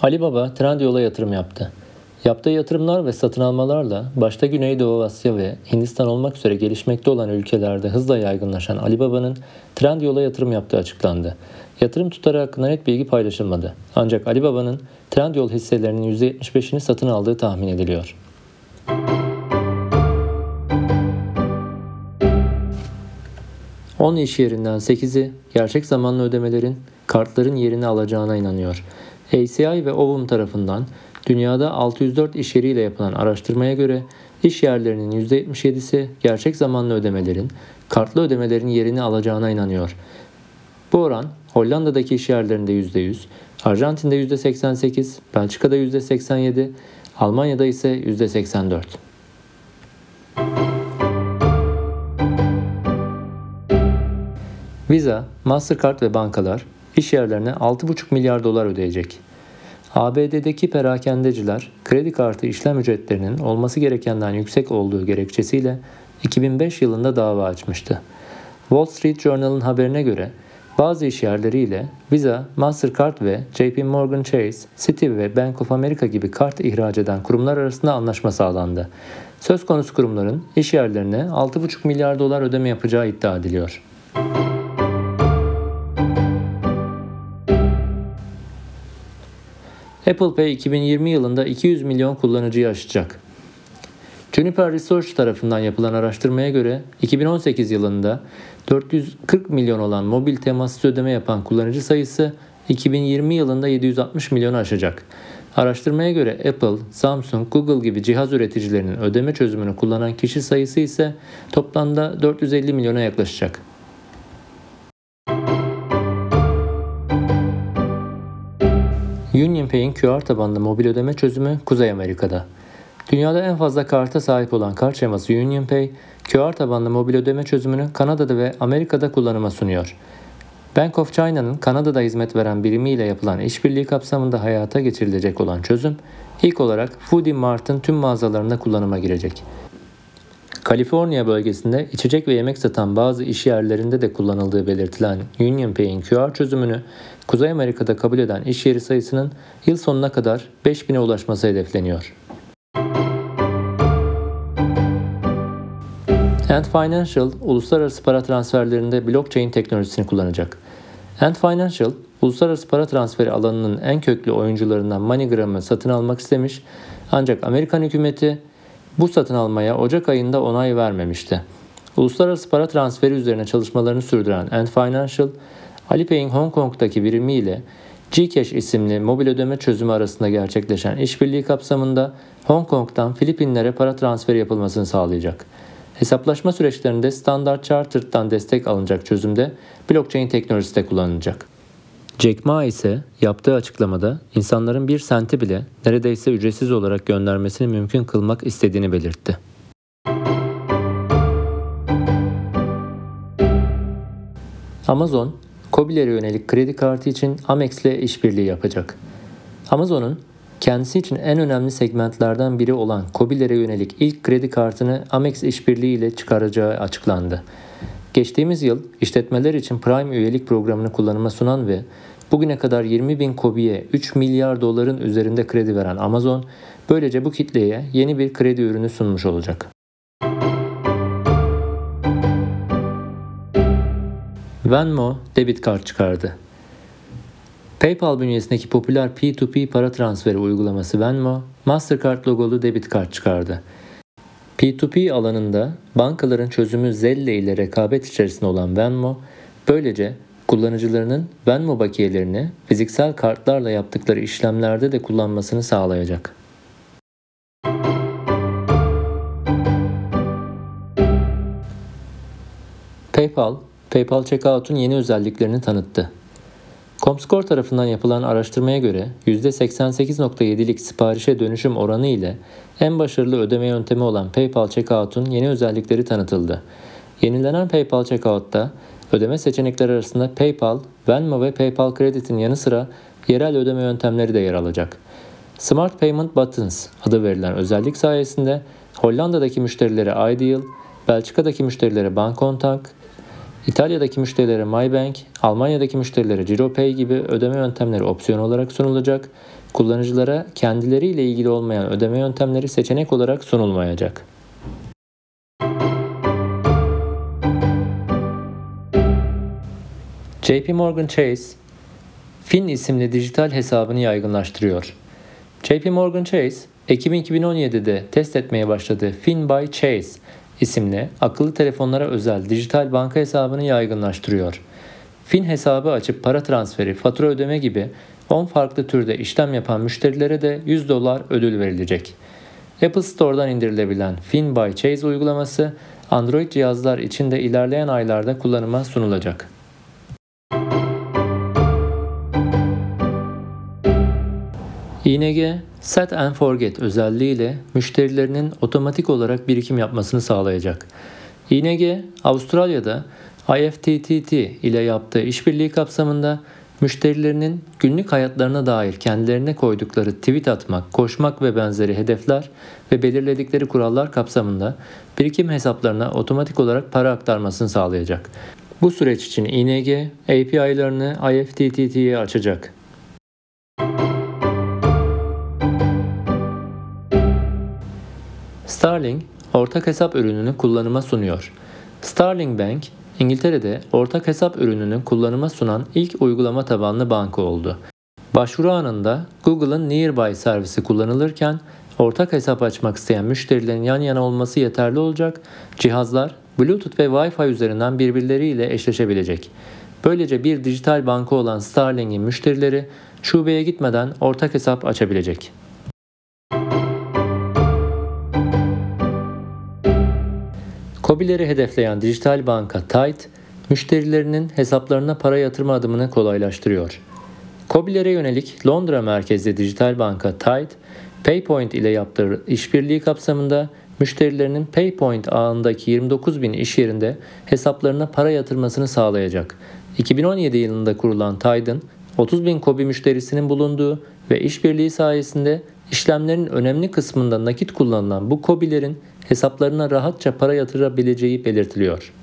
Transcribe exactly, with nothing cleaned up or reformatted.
Alibaba Trendyol'a yatırım yaptı. Yaptığı yatırımlar ve satın almalarla başta Güneydoğu Asya ve Hindistan olmak üzere gelişmekte olan ülkelerde hızla yaygınlaşan Alibaba'nın Trendyol'a yatırım yaptığı açıklandı. Yatırım tutarı hakkında net bilgi paylaşılmadı. Ancak Alibaba'nın Trendyol hisselerinin yüzde yetmiş beşini satın aldığı tahmin ediliyor. on iş yerinden sekizi gerçek zamanlı ödemelerin kartların yerini alacağına inanıyor. A C I ve Ovum tarafından dünyada altı yüz dört iş yeriyle yapılan araştırmaya göre iş yerlerinin yüzde yetmiş yedisi gerçek zamanlı ödemelerin kartlı ödemelerin yerini alacağına inanıyor. Bu oran Hollanda'daki iş yerlerinde yüzde yüz, Arjantin'de yüzde seksen sekiz, Belçika'da yüzde seksen yedi, Almanya'da ise yüzde seksen dört. Visa, Mastercard ve bankalar iş yerlerine altı buçuk milyar dolar ödeyecek. A B D'deki perakendeciler kredi kartı işlem ücretlerinin olması gerekenden yüksek olduğu gerekçesiyle iki bin beş yılında dava açmıştı. Wall Street Journal'ın haberine göre bazı iş yerleriyle Visa, Mastercard ve J P Morgan Chase, Citi ve Bank of America gibi kart ihraç eden kurumlar arasında anlaşma sağlandı. Söz konusu kurumların iş yerlerine altı buçuk milyar dolar ödeme yapacağı iddia ediliyor. Apple Pay iki bin yirmi yılında iki yüz milyon kullanıcıyı aşacak. Juniper Research tarafından yapılan araştırmaya göre iki bin on sekiz yılında dört yüz kırk milyon olan mobil temassız ödeme yapan kullanıcı sayısı iki bin yirmi yılında yedi yüz altmış milyonu aşacak. Araştırmaya göre Apple, Samsung, Google gibi cihaz üreticilerinin ödeme çözümünü kullanan kişi sayısı ise toplamda dört yüz elli milyona yaklaşacak. UnionPay'in Q R tabanlı mobil ödeme çözümü Kuzey Amerika'da. Dünyada en fazla karta sahip olan kart şeması UnionPay, Q R tabanlı mobil ödeme çözümünü Kanada'da ve Amerika'da kullanıma sunuyor. Bank of China'nın Kanada'da hizmet veren birimiyle yapılan işbirliği kapsamında hayata geçirilecek olan çözüm, ilk olarak Foodie Mart'ın tüm mağazalarında kullanıma girecek. Kaliforniya bölgesinde içecek ve yemek satan bazı iş yerlerinde de kullanıldığı belirtilen UnionPay'in Q R çözümünü Kuzey Amerika'da kabul eden iş yeri sayısının yıl sonuna kadar beş bine ulaşması hedefleniyor. Ant Financial, uluslararası para transferlerinde blockchain teknolojisini kullanacak. Ant Financial, uluslararası para transferi alanının en köklü oyuncularından MoneyGram'ı satın almak istemiş, ancak Amerikan hükümeti bu satın almaya Ocak ayında onay vermemişti. Uluslararası para transferi üzerine çalışmalarını sürdüren Ant Financial, Alipay'in Hong Kong'daki birimiyle Gcash isimli mobil ödeme çözümü arasında gerçekleşen işbirliği kapsamında Hong Kong'dan Filipinlere para transferi yapılmasını sağlayacak. Hesaplaşma süreçlerinde Standard Chartered'dan destek alınacak çözümde blockchain teknolojisi de kullanılacak. Jack Ma ise yaptığı açıklamada insanların bir senti bile neredeyse ücretsiz olarak göndermesini mümkün kılmak istediğini belirtti. Amazon, KOBİ'lere yönelik kredi kartı için Amex ile işbirliği yapacak. Amazon'un kendisi için en önemli segmentlerden biri olan KOBİ'lere yönelik ilk kredi kartını Amex işbirliği ile çıkaracağı açıklandı. Geçtiğimiz yıl işletmeler için Prime üyelik programını kullanıma sunan ve bugüne kadar yirmi bin KOBİ'ye üç milyar doların üzerinde kredi veren Amazon, böylece bu kitleye yeni bir kredi ürünü sunmuş olacak. Venmo debit kart çıkardı. PayPal bünyesindeki popüler P iki P para transferi uygulaması Venmo, Mastercard logolu debit kart çıkardı. P iki P alanında bankaların çözümü Zelle ile rekabet içerisinde olan Venmo, böylece kullanıcılarının Venmo bakiyelerini fiziksel kartlarla yaptıkları işlemlerde de kullanmasını sağlayacak. PayPal, PayPal Checkout'un yeni özelliklerini tanıttı. Comscore tarafından yapılan araştırmaya göre yüzde seksen sekiz virgül yedilik siparişe dönüşüm oranı ile en başarılı ödeme yöntemi olan PayPal Checkout'un yeni özellikleri tanıtıldı. Yenilenen PayPal Checkout'ta ödeme seçenekleri arasında PayPal, Venmo ve PayPal Credit'in yanı sıra yerel ödeme yöntemleri de yer alacak. Smart Payment Buttons adı verilen özellik sayesinde Hollanda'daki müşterilere iDeal, Belçika'daki müşterilere Bancontact, İtalya'daki müşterilere MyBank, Almanya'daki müşterilere Giropay gibi ödeme yöntemleri opsiyon olarak sunulacak. Kullanıcılara kendileriyle ilgili olmayan ödeme yöntemleri seçenek olarak sunulmayacak. J P Morgan Chase, Fin isimli dijital hesabını yaygınlaştırıyor. J P Morgan Chase, Ekim iki bin on yedide test etmeye başladığı Fin by Chase isimli akıllı telefonlara özel dijital banka hesabını yaygınlaştırıyor. Fin hesabı açıp para transferi, fatura ödeme gibi on farklı türde işlem yapan müşterilere de yüz dolar ödül verilecek. Apple Store'dan indirilebilen Fin by Chase uygulaması Android cihazlar için de ilerleyen aylarda kullanıma sunulacak. I N G, Set and Forget özelliğiyle müşterilerinin otomatik olarak birikim yapmasını sağlayacak. I N G, Avustralya'da I F T T T ile yaptığı işbirliği kapsamında müşterilerinin günlük hayatlarına dair kendilerine koydukları tweet atmak, koşmak ve benzeri hedefler ve belirledikleri kurallar kapsamında birikim hesaplarına otomatik olarak para aktarmasını sağlayacak. Bu süreç için I N G, A P I'larını I F T T T'ye açacak. Starling, ortak hesap ürününü kullanıma sunuyor. Starling Bank, İngiltere'de ortak hesap ürününü kullanıma sunan ilk uygulama tabanlı banka oldu. Başvuru anında Google'ın Nearby servisi kullanılırken ortak hesap açmak isteyen müşterilerin yan yana olması yeterli olacak, cihazlar Bluetooth ve Wi-Fi üzerinden birbirleriyle eşleşebilecek. Böylece bir dijital banka olan Starling'in müşterileri şubeye gitmeden ortak hesap açabilecek. KOBİ'leri hedefleyen dijital banka Tide, müşterilerinin hesaplarına para yatırma adımını kolaylaştırıyor. KOBİ'lere yönelik Londra merkezli dijital banka Tide, PayPoint ile yaptığı işbirliği kapsamında müşterilerinin PayPoint ağındaki yirmi dokuz bin iş yerinde hesaplarına para yatırmasını sağlayacak. iki bin on yedi yılında kurulan Tide'ın otuz bin KOBİ müşterisinin bulunduğu ve işbirliği sayesinde işlemlerin önemli kısmında nakit kullanılan bu KOBİ'lerin hesaplarına rahatça para yatırabileceği belirtiliyor.